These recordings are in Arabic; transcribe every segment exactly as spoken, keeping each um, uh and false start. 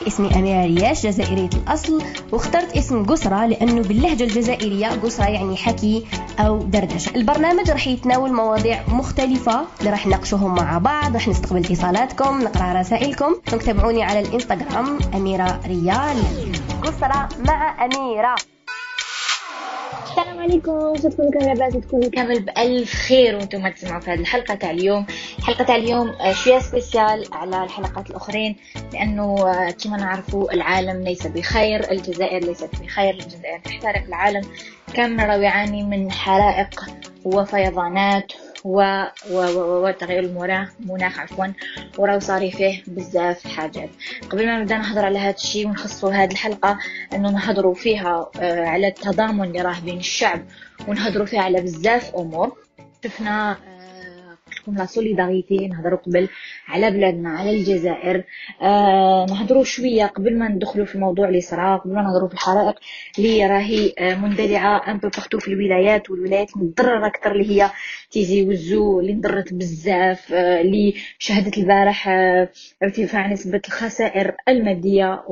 اسمي أميرة رياش، جزائرية الأصل، واخترت اسم قسرة لأنه باللهجة الجزائرية قسرة يعني حكي أو دردشة. البرنامج رح يتناول مواضيع مختلفة اللي رح نناقشوهم مع بعض، رح نستقبل اتصالاتكم، نقرأ رسائلكم. تابعوني على الإنستغرام أميرة ريال. قسرة مع أميرة. السلام عليكم، شفتكم كامل لاباس تكونوا كامل بألف خير وانتم تسمعوا في هذه الحلقة تاع اليوم. الحلقة تاع اليوم شوية سبيسيال على الحلقات الأخرين، لأنه كما نعرفوا العالم ليس بخير، الجزائر ليست بخير، الجزائر تحترق، العالم كامل راهو يعاني من حرائق وفيضانات و وتغير المناخ عفوا، وراو صاري فيه بزاف حاجات. قبل ما نبدا نهضر على هذا الشيء ونخصوا هذه الحلقه انه نهضروا فيها على التضامن اللي راه بين الشعب، ونهضروا فيها على بزاف امور. شفنا تكون لا سوليداريتي، نهضروا قبل على بلادنا على الجزائر. آه نهضروا شويه قبل ما ندخلوا في الموضوع اللي صرا، قبل ما نهضروا في الحرائق اللي راهي مندلعه ان بو بارتو في الولايات، والولايات متضرره اكثر، اللي هي تيجي وزو اللي انضرت بزاف، آه اللي شهدت البارح آه ارتفاع نسبه الخسائر الماديه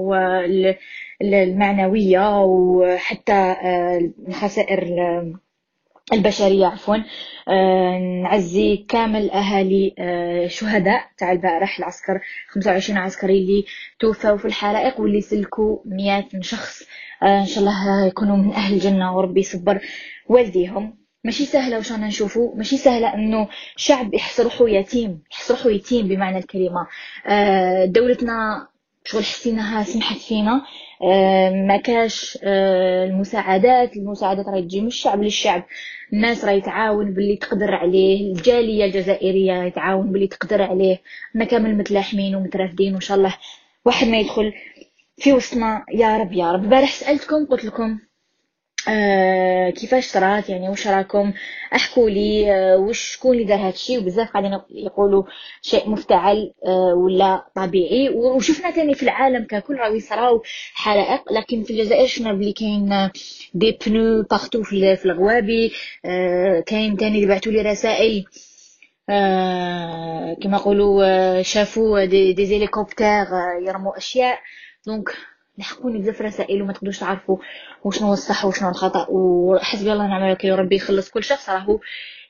والمعنويه، وحتى الخسائر آه البشرية عفوا. آه نعزي كامل أهالي آه شهداء تاع البارح، العسكر خمسة وعشرين عسكري اللي توفوا في الحرائق، واللي سلكوا مئات شخص. آه إن شاء الله يكونوا من أهل الجنة، وربي يصبر والديهم. ماشي سهلة وش أنا نشوفه، ماشي سهلة إنه شعب يحس روحه يتيم، يحس روحه يتيم بمعنى الكلمة. آه دولتنا شغل حسيناها سمحت فينا، آه ما كاش آه المساعدات المساعدات راهي تجي من الشعب للشعب. الناس راهي تعاون باللي تقدر عليه، الجاليه الجزائريه راهي تعاون باللي تقدر عليه. احنا كامل متلاحمين ومترافدين، وان شاء الله واحد ما يدخل في وسطنا يا رب يا رب. بارح سالتكم قلت لكم آه كيفاش صرات، يعني واش راكم، احكوا لي آه واش شكون اللي دار هذا الشيء. وبزاف قاعدين يقولوا شيء مفتعل آه ولا طبيعي. وشفنا تاني في العالم ككل راهي يصراو حرائق، لكن في الجزائر شفنا بلي كاين دي بنو بارتو في في الغوابي. آه كاين تاني اللي بعثوا لي رسائل آه كما يقولوا آه شافوا دي دي هليكوبتر آه يرموا اشياء. دونك لحقوني بزاف رسائل وما تقدروش تعرفوا وشنو الصح وشنو الخطا، وحسبي الله ونعم الوكيل، وربي يخلص كل شخص راهو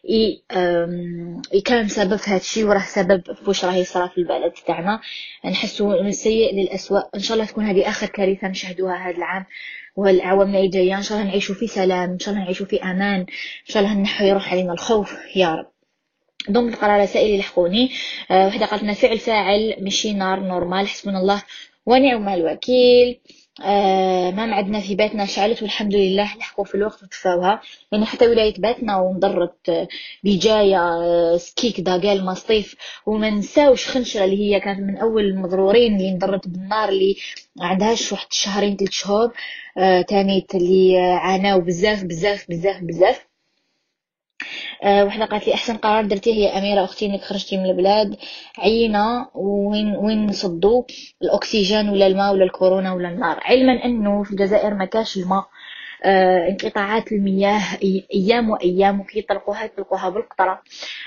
اي كان سبب في هذا الشيء، وراه سبب فوش راه يصرا في البلد تاعنا. نحسوا من السيء للأسوأ. ان شاء الله تكون هذه اخر كارثه نشهدوها هذا العام والأعوام اللي جايه. ان شاء الله نعيشوا في سلام، ان شاء الله نعيشوا في امان، ان شاء الله نحو يروح علينا الخوف يا رب. دونك نقرا رسائل اللي لحقوني. أه وحده قالت لنا فعل فاعل ماشي نار نورمال، حسبنا الله ونعم الوكيل. آه ما معدنا في بيتنا شعلت والحمد لله، لحقوا في الوقت وتفاوها. يعني حتى ولاية باتنا وانضرت آه بجاية آه سكيك داقال مصطيف. وما نساوش خنشرة اللي هي كانت من أول المضرورين اللي انضرت بالنار، اللي عندهاش واحد شهرين ثلاث شهور. آه تانيت اللي آه عاناو بزاف بزاف بزاف بزاف. أه وحده قالت لي احسن قرار درتيه هي اميره اختي انك خرجتي من البلاد، عينا وين وين نصدوا الاكسجين ولا الماء ولا الكورونا ولا النار. علما انه في الجزائر ما كاش الماء، أه انقطاعات المياه ايام وايام، وكي يطلقوها يطلقوها بالقطره.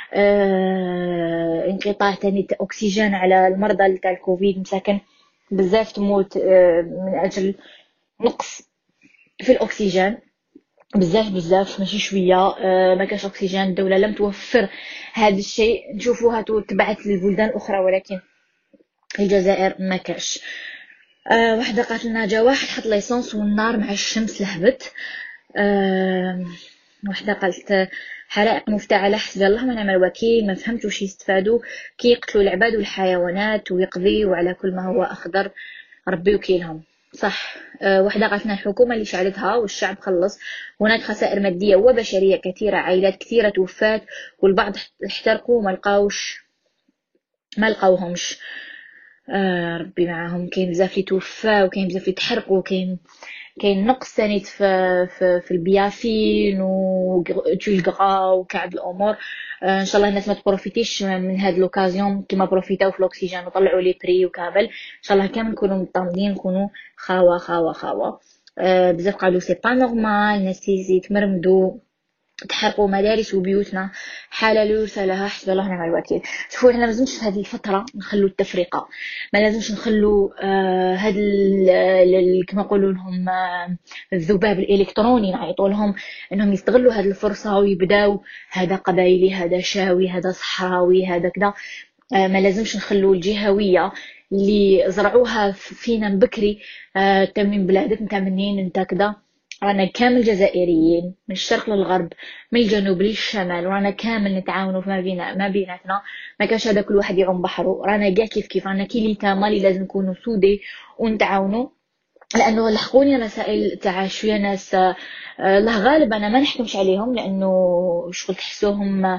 أه انقطاع تاني اكسجين على المرضى تاع الكوفيد، مساكن بزاف تموت أه من اجل نقص في الاكسجين، بزاف بزاف ماشي شويه. أه ما كاش اكسجين، الدوله لم توفر هذا الشيء. نشوفوها تبعت للبلدان الاخرى، ولكن الجزائر ما كاش. أه واحده قالت لنا جا واحد حط ليسونس والنار مع الشمس لهبت. أه واحده قالت حرائق مفتعله، حسبي الله ونعم الوكيل، ما فهمت واش يستفادوا كي يقتلوا العباد والحيوانات ويقضيوا على كل ما هو اخضر، ربي وكيلهم. صح. أه وحده قالت لنا الحكومه اللي شعلتها والشعب خلص، هناك خسائر ماديه وبشريه كثيره، عائلات كثيره توفات، والبعض احترقوا ما لقاوش ما لقاوهمش. آه ربي معاهم. كاين بزاف اللي توفى، وكاين بزاف اللي تحرقوا، وكاين كاين نقص ثاني في في, في البيافين وتلقى وكعب الامور. آه ان شاء الله الناس ما تبروفيتيش من هاد لوكازيون كيما بروفيتاو في الاكسجين وطلعوا لي بري وكامل. ان شاء الله كامل نكونوا مطمئنين، نكونوا خاوه خاوه خاوه. آه بزاف قالوا سي با نورمال، الناس يتمرمدوا تحرقوا مدارس وبيوتنا، حالة لا يرثى لها، حسب الله ونعم الوكيل. شوفوا احنا لازمش في هذه الفترة نخلوا التفرقة، ما لازمش نخلوا آه هذا كما يقولوا لهم آه الذباب الإلكتروني، نعيطوا لهم انهم يستغلوا هذه الفرصة ويبداو هذا قبائلي، هذا شاوي، هذا صحراوي، هذا كذا. آه ما لازمش نخلوا الجهوية اللي زرعوها فينا بكري، آه انت من بلادك، انت منين، انت كذا. رانا كامل جزائريين من الشرق للغرب، من الجنوب للشمال، ورانا كامل نتعاونوا فيما بينا ما بيناتنا. ما كاش هذا كل واحد يعوم بحره، رانا كاع كيف كيف، رانا كي ليتاما اللي لازم نكونوا سودي ونتعاونوا. لانه لحقوني رسائل تاع شويه ناس الله غالب انا ما نحكمش عليهم، لانه شغل تحسوهم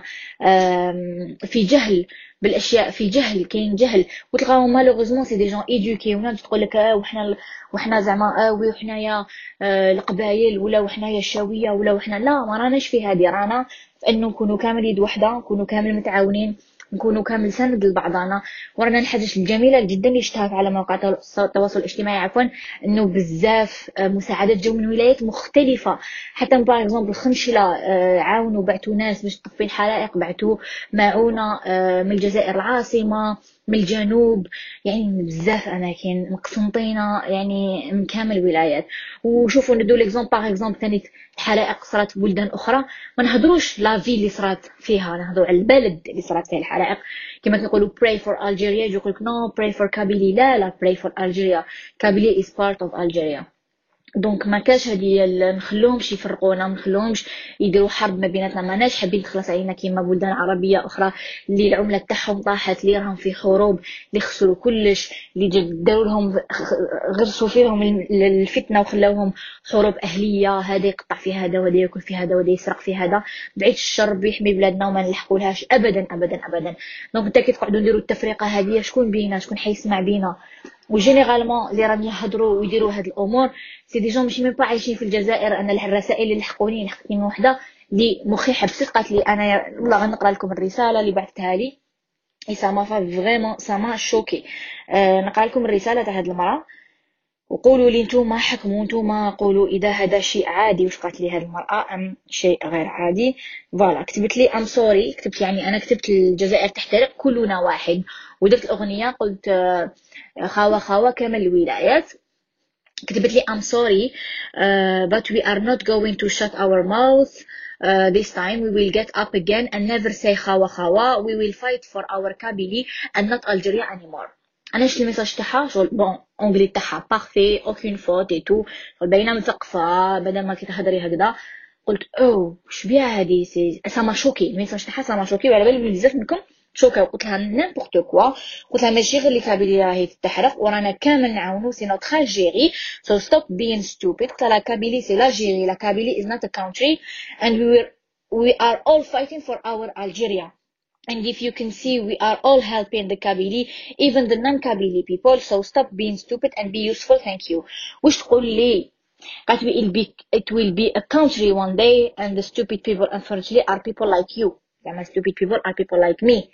في جهل بالاشياء، في جهل، كاين جهل، وتلقاهم مالوغوزمون سي دي جون ايدوكي، وناس تقول لك اه وحنا وحنا زعما اه وحنايا آه القبائل، ولا وحنايا الشاويه، ولا وحنا لا، ما راناش في هذه، رانا في انه نكونوا كامل يد وحده، نكونوا كامل متعاونين، نكونوا كامل سند لبعضنا. ورانا الحاجه الجميله جدا اللي شفتها على مواقع التواصل الاجتماعي عفوا، انه بزاف مساعدات جو من ولايات مختلفه. حتى باغ اكزومبل الخنشله عاونوا، بعثوا ناس باش تطفي الحرائق، بعثوا معونه من الجزائر العاصمه، من الجنوب، يعني بزاف اماكن مقسنطينه، يعني من كامل الولايات. وشوفوا ندو ليكزومبل باغ اكزومبل ثاني الحرائق صارت في بلدان اخرى، ما نهضروش لا في اللي صارت فيها، نهضروا على البلد اللي صارت فيها الحرائق. كما كنقولوا pray for Algeria، يجي يقولك no pray for Kabylie، لا لا pray for Algeria، Kabylie is part of Algeria. دونك ما كاش هذه نخلوهمش يفرقونا، ما نخلوهمش يديروا حرب ما بيناتنا، ماناش حابين تخلص علينا كيما بلدان عربيه اخرى اللي العمله تاعهم طاحت، اللي راهم في حروب، اللي خسروا كلش، اللي داروا لهم غرسوا فيهم الفتنه وخلاوهم حروب اهليه، هذا يقطع في هذا، وهذا ياكل في هذا، وهذا يسرق في هذا. بعيد الشر بيحمي بلادنا وما نلحقولهاش ابدا ابدا ابدا. دونك انت كي تقعدوا نديروا التفرقه هذه، شكون بينا، شكون حيسمع بينا؟ وجينيرالمون اللي راهم يهضروا ويديروا هاد الامور سي دي جون ماشي ميم با عايشين في الجزائر. انا الرسائل اللي لحقوني لحقتني من وحده اللي مخي حبست، قالت لي انا والله غنقرا لكم الرساله اللي بعثتها لي، اي سا ما فا فريمون سا ما شوكي. أه نقرا لكم الرساله تاع هاد المراه، وقولوا لي نتوما، حكموا نتوما، قولوا اذا هذا شيء عادي واش قالت لي هاد المراه ام شيء غير عادي. فوالا كتبت لي ام سوري، كتبت يعني انا كتبت الجزائر تحترق كلنا واحد، ودرت الاغنيه قلت خاوه خاوه كامل الولايات. كتبت لي I'm sorry uh, but we are not going to shut our mouth uh, this time. We will get up again and never say خاوة خاوة. We will fight for our Kabylie and not Algeria anymore. انا شفت الميساج تاعها شغل بون اونغلي تاعها بارفي اوكين فوت اي تو، باينه مثقفه بدل ما كتهضري هكذا. قلت او واش بيها هذه سي سما شوكي، الميساج تاعها سما شوكي، وعلى بالي بزاف منكم شوكا. وقلت لها نيمبورط كوا، قلت لها ماشي غير اللي كابيلي راهي تحرق ورانا كامل نعاونو، سي نوتر الجيري، so stop being stupid. قلت لها كابيلي سي لاجيري، لا كابيلي is not a country and we were we are all fighting for our Algeria. And if you can see, we are all helping the Kabylie, even the non-Kabylie people. So stop being stupid and be useful. Thank you. وش تقول لي؟ قالت لي it, be, it will be a country one day, and the stupid people unfortunately are people like you. يعني stupid people are people like me.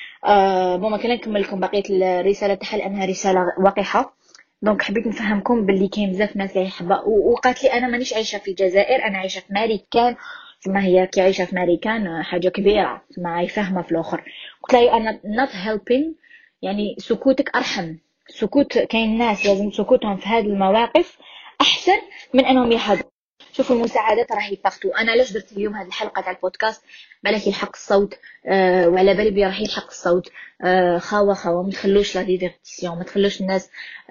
آه بون ما كنا نكمل لكم بقية الرسالة تاعها لأنها رسالة وقحة. دونك حبيت نفهمكم باللي كاين بزاف ناس اللي حابة، وقالت لي أنا مانيش عايشة في الجزائر، أنا عايشة في ماريكان. ما هي كي عايشة في ماريكان حاجة كبيرة، ما هي فاهمة في الآخر. قلت لها أنا not helping، يعني سكوتك أرحم. سكوت كاين ناس لازم سكوتهم في هذه المواقف أحسن من أنهم يحضروا. شوفوا المساعدات راهي باغتو. أنا علاش درت اليوم هذه الحلقة تاع البودكاست؟ بالك يلحق الصوت، أه وعلى بالي بلي راح يلحق الصوت. أه خاوة خاوة ما تخلوش لا ديفيرتيسيون، ما تخلوش الناس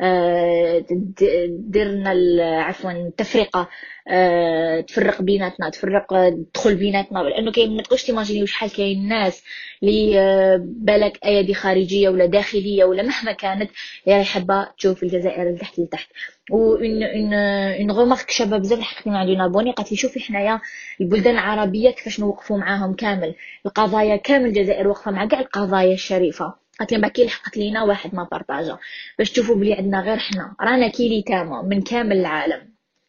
أه ديرنا عفوا التفرقة، أه تفرق بيناتنا، تفرق تدخل بيناتنا. لانه كاين ما تقولش تيماجينيو شحال كاين ناس اللي أه بالك ايادي خارجيه ولا داخليه ولا مهما كانت اللي راهي حابه تشوف الجزائر لتحت لتحت. وان ان ان غومارك شابه بزاف حكينا عندنا بوني، قالت لي شوفي حنايا البلدان العربيه كيفاش نوقفوا معاهم كامل القضايا، كامل الجزائر واقفه مع كاع القضايا الشريفه. قالت لي باكي لحقت لينا واحد ما بارطاجا باش تشوفوا بلي عندنا غير حنا رانا كيلي تاما من كامل العالم.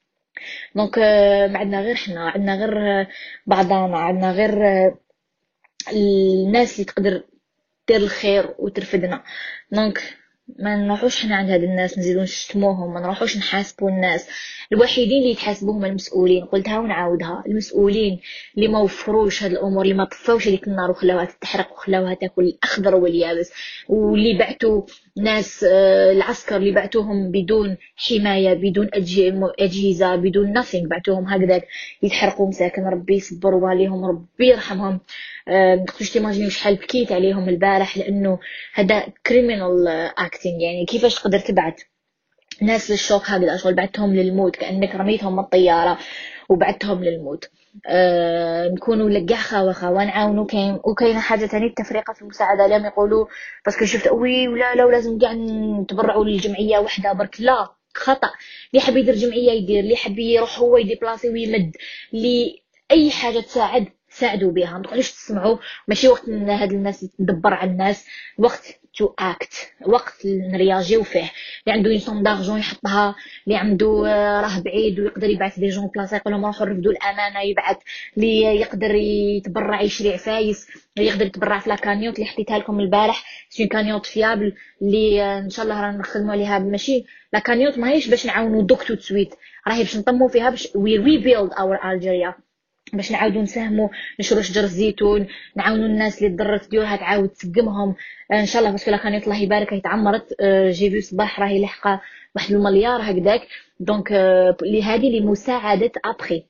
دونك ما عندنا غير حنا، عندنا غير بعضنا، عندنا غير الناس اللي تقدر دير الخير وترفدنا. دونك ما نروحوش حنا عند هاد الناس نزيدو نشتموهم، ما نروحوش نحاسبوا الناس. الوحيدين اللي يتحاسبوهم المسؤولين، قلتها ونعاودها، المسؤولين اللي ما وفروش هاد الامور، اللي ما طفاوش هذيك النار وخلاوها تتحرق وخلاوها تاكل الاخضر واليابس، واللي بعتوا ناس آه، العسكر اللي بعتوهم بدون حمايه، بدون أجه- اجهزه، بدون nothing، بعتوهم هكذاك يتحرقوا مساكن. ربي يصبروا عليهم، ربي يرحمهم. آه، ما تقدروش تيماجينيو شحال بكيت عليهم البارح، لانه هذا كريمينال اكتينغ. يعني كيفاش تقدر تبعت ناس للشوك هكذا، شغل بعتهم للموت، كأنك رميتهم من الطيارة وبعتهم للموت. أه نكونوا لقاح خاوة خاوة نعاونوا. كاين وكاينه حاجه ثانيه، التفرقه في المساعده. لم يقولوا باسكو شفت وي ولا لا ولازم كاع نتبرعوا للجمعيه وحده برك، لا، خطا. اللي حاب يدير جمعيه يدير، اللي حاب يروح هو يديبلاصي ويمد، اللي اي حاجه تساعد ساعدوا بها. ما تقعدوش تسمعوا، ماشي وقت ان هاد الناس تدبر على الناس، وقت تو اكت، وقت نرياجيو فيه. اللي عنده ينصوم دارجون يحطها، اللي عنده آه، راه بعيد ويقدر يبعث دي جون بلاصه يقول لهم روحوا رفدوا الامانه، يبعث. اللي يقدر يتبرع يشري عفايس، اللي يقدر يتبرع في لاكانيوت اللي حطيتها لكم البارح، سي كانيوت فيابل اللي آه، ان شاء الله رانا نخدموا عليها. ماشي لاكانيوت ماهيش باش نعاونوا دوك تو تسويت، راهي باش نطموا فيها، باش وي ريبيلد اور الجيريا، باش نعاودو نساهموا، نشرو شجر الزيتون، نعاونوا الناس اللي تضرت ديورها تعاود تسقمهم آه ان شاء الله. باسكو لاكانيت الله يبارك هي تعمرت، آه جي في صباح راهي لحقه واحد المليار هكذاك. دونك آه لهذه لمساعده ابخي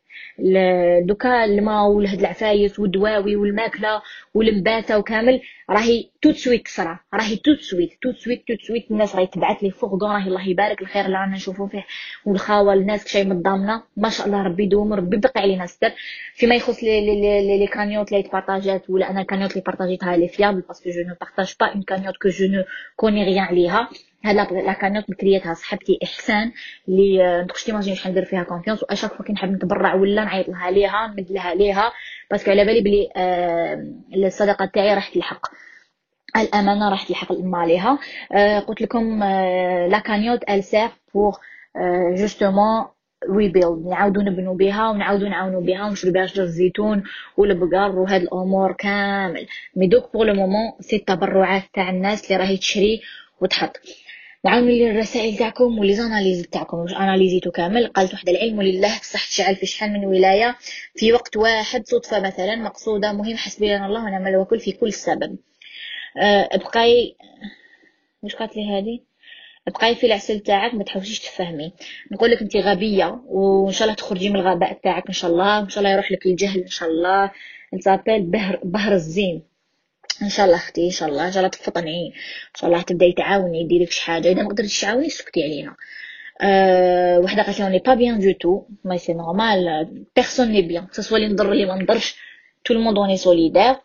دوكا الماء وهاد العفايس والدواوي والماكله والمباته وكامل، راهي تو سويت صرا، راهي تو سويت تو سويت تو سويت. الناس راهي تبعت لي فوق، راهي الله يبارك الخير اللي رانا نشوفوا فيه، والخاوه الناس كشي مضامنه ما شاء الله. ربي يدوم، ربي يبقي علينا ستر. فيما يخص لي لي لي لي كانيوت اللي بارطاجات، ولا انا كانيوت اللي بارطاجيتها لي فيابل، باسكو جو نو بارطاج با اون كانيوت كو جو نو كوني ريان عليها. هلا لا كانيوت مكريتها صاحبتي احسان، اللي نقدرش تيماجيني شحال ندير فيها كونفيونس، واشاك فوا كي نحب نتبرع ولا نعيط لها ليها نمد لها ليها، باسكو على بالي بلي آه الصدقه تاعي راح تلحق، الامانه راح تلحق ماليها. آه قلت لكم آه لا كانيوت ال سير بور جوستومون ريبيلد، نعاودو نبنو بها ونعاودو نعاونو بها ونشرو بها شجر الزيتون والبقر وهاد الامور كامل. مي دوك بور لو مومون سي التبرعات تاع الناس اللي راهي تشري وتحط. نعاونوا لي الرسائل تاعكم ولي زاناليز تاعكم، واش اناليزيتو كامل. قالت واحد العلم لله بصح تشعل في شحال من ولايه في وقت واحد، صدفه مثلا مقصوده، مهم حسبي الله ونعم الوكيل في كل سبب. أه بقاي واش قالت لي هذه، بقاي في العسل تاعك، ما تحاوليش تفهمي. نقول لك انت غبيه، وان شاء الله تخرجي من الغباء تاعك ان شاء الله، ان شاء الله يروح لك الجهل ان شاء الله. نتابل بهر بهر الزين ان شاء الله اختي، ان شاء الله ان شاء الله تفطني، ان شاء الله تبداي تعاوني ديري شي حاجه. اذا ما قدرتيش تعاوني سكتي علينا. أه وحده قالت لي اوني با بيان دو تو، ما سي نورمال، بيرسون ني بيان، سواء اللي نضر اللي ما نضرش، تو الموند اوني سوليدير.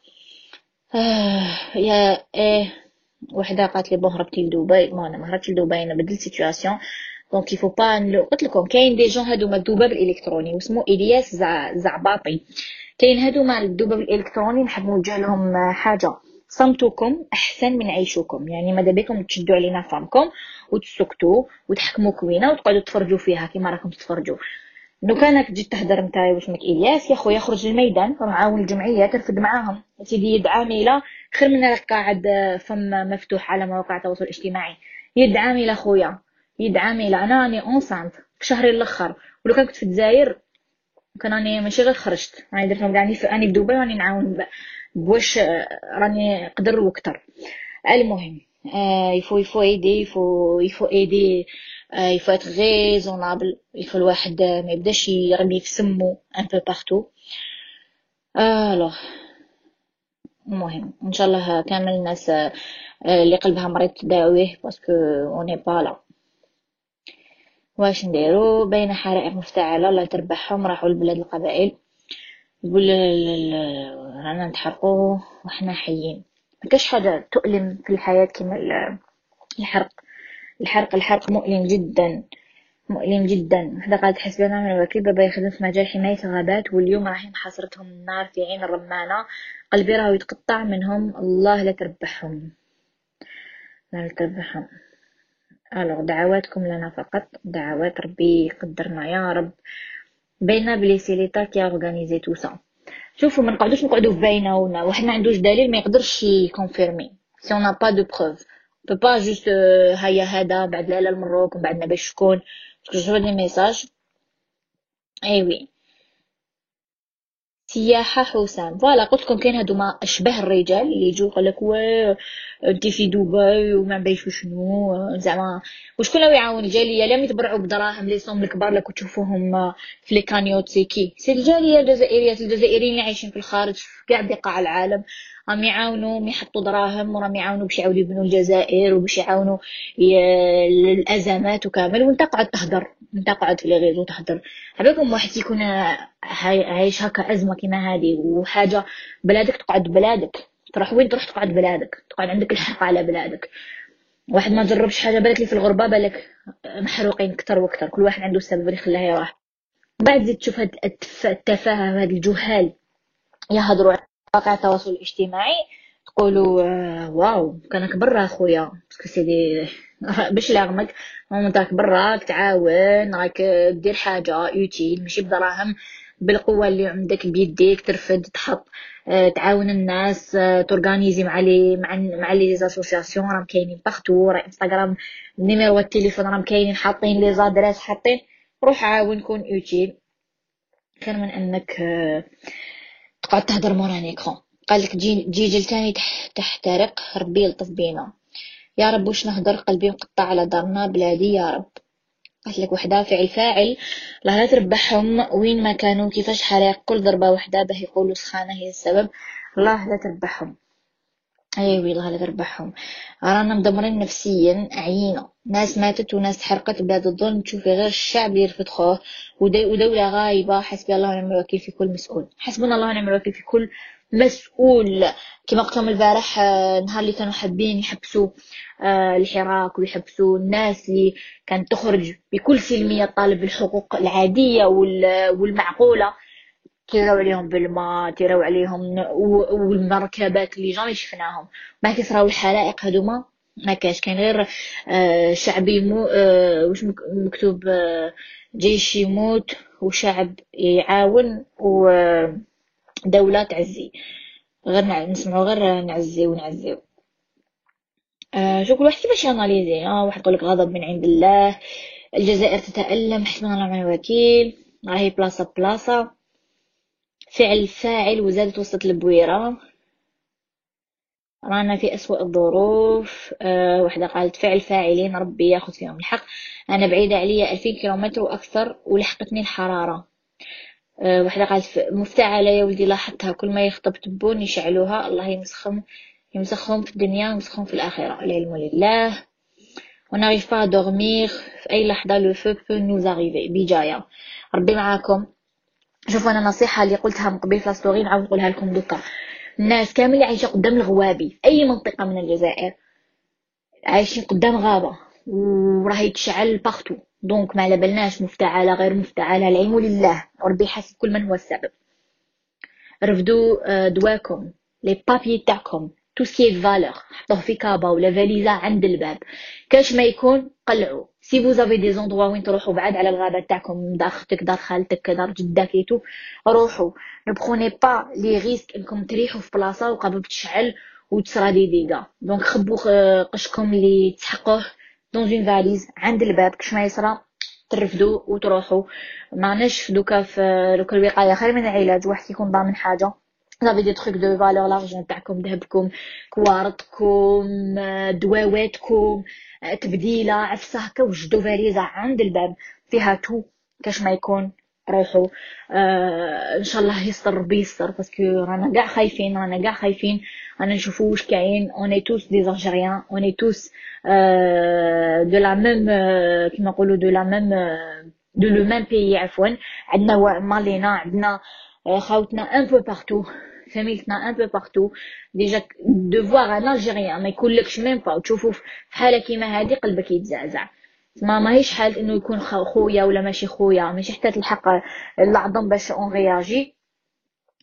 آه يا ايه. وحده قالت لي بون هربتي لدبي، ما انا ما هربتش لدبي، انا بدلت سيتوياسيون. دونك يفو با، قلت لكم كاين دي جون هادو الذباب الالكتروني، واسمو الياس زع... زعباطي. كاين هادو مع الذباب الالكتروني، نحب نوجه لهم حاجه، صمتكم احسن من عيشكم. يعني ماذا بكم تشدوا علينا فمكم وتسكتوا وتحكموا كوينه وتقعدوا تفرجوا فيها كيما راكم تتفرجوا. لو كانك تجي تهدر نتايا واسمك الياس، يا خويا خرج للميدان، روح عاون الجمعيه، ترفد معاهم سيدي، يد عامله خير من راك قاعد فم مفتوح على مواقع التواصل الاجتماعي. يد عامله خويا، يد عامله. انا راني اونسانت في شهري الاخر، ولو كان كنت في الجزائر كان راني ماشي غير خرجت، راني درت لهم كاع في اني في دبي راني نعاون بواش راني قدر وكتر. المهم آه يفو يفو ايدي يفو يفو ايدي آه يفو اتر ريزونابل، يفو الواحد ما يبداش يرمي في سمو ان بو بارتو. الوغ المهم ان شاء الله كامل الناس آه اللي قلبها مريض تداويه، باسكو اوني با لا. واش نديرو؟ بين حرائق مفتعله الله تربحهم، راحوا لبلاد القبائل يقول رانا نتحرقوا وحنا حيين. ما كاش حاجه تؤلم في الحياه كما الحرق. الحرق الحرق مؤلم جدا، مؤلم جدا. وحده قالت حسبي الله ونعم الوكيل، بابا يخدم في مجال حمايه الغابات، واليوم راهي محاصرتهم النار في عين الرمانه، قلبي راهو يتقطع منهم، الله لا تربحهم، لا تربحهم. الوغ دعواتكم لنا فقط، دعوات ربي يقدرنا يا رب. بينا بلي سي ليتا كي اورغانيزي تو سا. شوفوا ما نقعدوش نقعدوا في باينه، واحد ما عندوش دليل ما يقدرش يكونفيرمي. سي اون با دو بروف با جوست هيا هذا بعد لا المروك ومن بعدنا باش شكون جو دي ميساج. ايوي سياحة حسام فوالا قلت لكم كاين هادو ما اشبه الرجال اللي يجوا يقول لك واه انت في دبي وما بايش شنو زعما وشكون اللي يعاون الجاليه لا يتبرعوا بدراهم لي صوم الكبار اللي تشوفوهم في لي كانيوت سيكي سي الجاليه الجزائريه الجزائريين اللي عايشين في الخارج في كاع بقاع العالم راهم يعاونوا يحطوا دراهم وراهم يعاونوا باش يعاودوا يبنوا الجزائر وباش يعاونوا الازمات وكامل وانت قاعد تهدر انت قاعد في لي ريزو تهدر حبيكم واحد يكون عايش هكا ازمه كيما هذه وحاجه بلادك تقعد بلادك تروح وين تروح تقعد بلادك تقعد عندك الحق على بلادك. واحد ما جربش حاجه بالك لي في الغربه بالك محروقين اكثر واكثر كل واحد عنده السبب اللي خلاه يروح. بعد زيد تشوف هاد التفاهه هاد الجهال يهضروا على مواقع التواصل الاجتماعي تقولوا واو كانك برا اخويا باسكو سيدي باش لاغمك نتاك براك تعاون راك دير حاجه اوتيل ماشي بدراهم بالقوه اللي عندك بيديك ترفد تحط تعاون الناس تورغانيزي مع لي مع مع لي زاسوسياسيون راهم كاينين بارتو راه انستغرام النيميرو التليفون راهم كاينين حاطين لي زادريس حاطين روح عاون كون اوتيل خير من انك تقعد تهدر مورا نيكرون. قال لك جي جي جلتاني تحترق ربي يلطف بينا يا رب واش نهدر قلبي مقطع على دارنا بلادي يا رب. قالت لك وحده فعل فاعل الله لا تربحهم وين ما كانوا كيفاش حريق كل ضربه وحده به يقولوا سخانه هي السبب الله لا تربحهم. ايوي الله لا تربحهم رانا مدمرين نفسيا عيينا ناس ماتت وناس تحرقت بلاد الظلم تشوفي غير الشعب يرفض خوه ودولة غايبة حسبي الله ونعم الوكيل في كل مسؤول حسبنا الله ونعم الوكيل في كل مسؤول. كما قلت لهم البارح نهار اللي كانوا حابين يحبسوا الحراك ويحبسوا الناس اللي كانت تخرج بكل سلمية طالب الحقوق العادية والمعقولة تيراو عليهم بالماء تيراو عليهم والمركبات اللي جامي شفناهم ما كيصراو الحرائق هذوما ما كاش كاين غير آه شعب يموت آه واش مكتوب آه جيش يموت وشعب يعاون ودولة تعزي غير نسمعوا غير نعزي ونعزيو. آه شو كل واحد كيفاش ياناليزي اه واحد يقول لك غضب من عند الله الجزائر تتألم حسبنا الله ونعم الوكيل راهي بلاصه بلاصه فعل فاعل وزادت وسط البويرة رانا في أسوأ الظروف. أه واحدة قالت فعل فاعلين ربي ياخذ فيهم الحق أنا بعيدة عليا ألفين كيلومتر وأكثر ولحقتني الحرارة. أه واحدة قالت مفتعلة يا ولدي لاحظتها كل ما يخطب تبون يشعلوها الله يمسخهم يمسخهم في الدنيا ويمسخهم في الآخرة العلم لله. ونعرف با دورمير في أي لحظة لو فو بو نوز أريفي بجاية ربي معاكم. شوفوا انا نصيحه اللي قلتها من قبل في لاستوري نعاود نقولها لكم دوكا الناس كامل اللي عايشه قدام الغوابي في اي منطقه من الجزائر عايشين قدام غابه وراهي تشعل باغتو دونك ما على بالناش مفتعله غير مفتعله العلم لله وربي يحاسب كل من هو السبب. رفدوا دواكم لي بابي تاعكم تو سكي فالور حطوه في كابا ولا فاليزا عند الباب كاش ما يكون قلعوا سي فوز افي دي زوندروا وين تروحوا بعد على الغابه تاعكم دار اختك دار خالتك دار جدك ايتو روحوا نبخوني با لي ريسك انكم تريحوا في بلاصه وقابل تشعل وتصرا دي ديغا دونك خبوا قشكم اللي تحقوه دون اون فاليز عند الباب كش ما يصرا ترفدوا وتروحوا. معناش دوكا في دوكا الوقايه خير من العلاج واحد يكون ضامن حاجه صافي دي تروك دو فالور لارجون تاعكم ذهبكم كوارطكم دواواتكم تبديله عفسه هكا وجدوا فاليزه عند الباب فيها تو كاش ما يكون روحوا. آه ان شاء الله يستر ربي يستر باسكو رانا كاع خايفين رانا كاع خايفين انا نشوفوا واش كاين اوني توس دي زالجيريان اوني توس دو لا ميم كيما نقولوا دو لا ميم دو لو ميم بيي عفوا عندنا مالينا عندنا خاوتنا ان بو بارتو فاميلتنا ان بو بارتو ديجا دو فوار ان الجيريان ما يكونلكش ميم با تشوفوا في حاله كيما هذه قلبك يتزعزع ما ماهيش حاله انه يكون خويا ولا ماشي خويا ماشي حتى تلحق العظم باش اون رياجي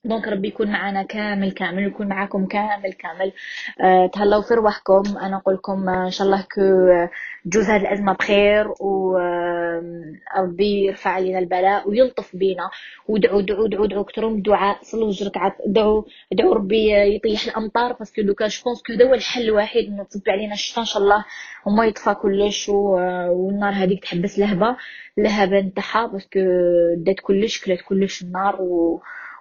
دونك ربي يكون معنا كامل كامل، يكون معاكم كامل كامل. أه تهلاو في رواحكم. انا نقول لكم ان شاء الله كو تجوز هذه الازمه بخير، وربي يرفع علينا البلاء ويلطف بينا. ودعوا دعوا دعوا دعوا كثروا من الدعاء، صلوا جوج ركعات، دعوا دعوا ربي يطيح الامطار، باسكو دوكا جو بونس كو هذا هو الحل الوحيد انه تصب علينا الشتاء ان شاء الله وما يطفى كلش، والنار هذيك تحبس لهبه لهبه نتاعها، باسكو دات كلش كلات كلش النار. و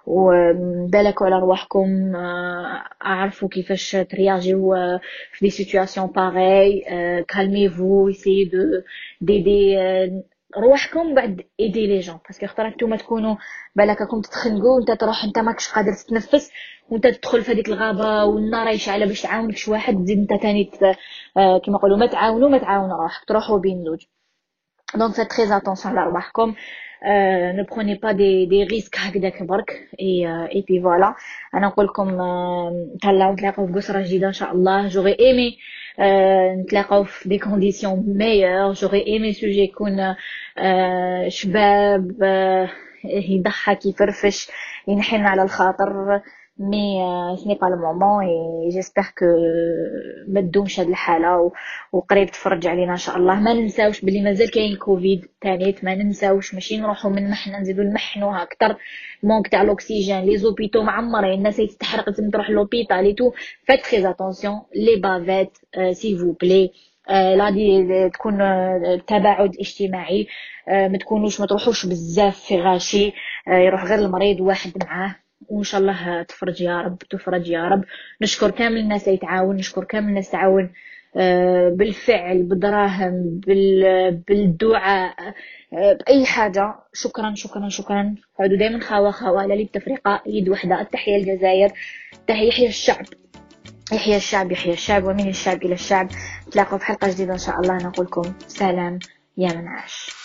وبالكوا على رواحكم، اعرفوا كيفاش ترياجيو في دي سيتوياسيون باغي. كالميفو، اسيي دو ديدي رواحكم بعد ايدي لي جون، باسكو خاطر نتوما تكونوا بالك راكم تتخنقوا وانت تروح انت ماكش قادر تتنفس، وانت تدخل في هذيك الغابه والنار يشعل باش تعاونك شي واحد، تزيد انت ثاني كيما يقولوا ما تعاونوا ما تعاونوا روحك، تروحوا بين زوج. دونك فaites très attention على رواحكم. Euh, ne prenez pas des, des risques هكذاك برك. et, euh, et puis voilà. انا نقول لكم تهلاو نتلاقاو في قصرة جديدة ان شاء الله. j'aurais aimé euh, نتلاقاو في des conditions meilleures. j'aurais aimé sujet يكون euh, شباب euh, يضحك يفرفش ينحن على الخاطر. مي ce n'est pas le moment et j'espère que ما تدومش هاد الحاله وقريب تفرج علينا ان شاء الله. ما ننساوش بلي مازال كاين كوفيد تانيت، ما ننساوش ماشي نروحوا من محنا نزيدوا نمحنوها اكثر. مونك تاع الاكسجين، لي زوبيتو معمرين، الناس تتحرق لازم تروح لوبيتال اي تو. فات تري اتونسيون لي بافيت سي فو بلي. لا دي تكون تباعد اجتماعي، ما تكونوش ما تروحوش بزاف في غاشي، يروح غير المريض واحد معاه. وان شاء الله تفرج يا رب، تفرج يا رب. نشكر كامل الناس اللي تعاون، نشكر كامل الناس تعاون بالفعل، بالدراهم، بالدعاء، باي حاجه. شكرا شكرا شكرا. عودوا دائما خاوه خاوه، لا لي بتفرقه يد وحده. التحيه الجزائر، تحيه يحيى الشعب، يحيى الشعب، يحيى الشعب، ومن الشعب الى الشعب. نتلاقوا في حلقه جديده ان شاء الله. نقول لكم سلام يا من عاش.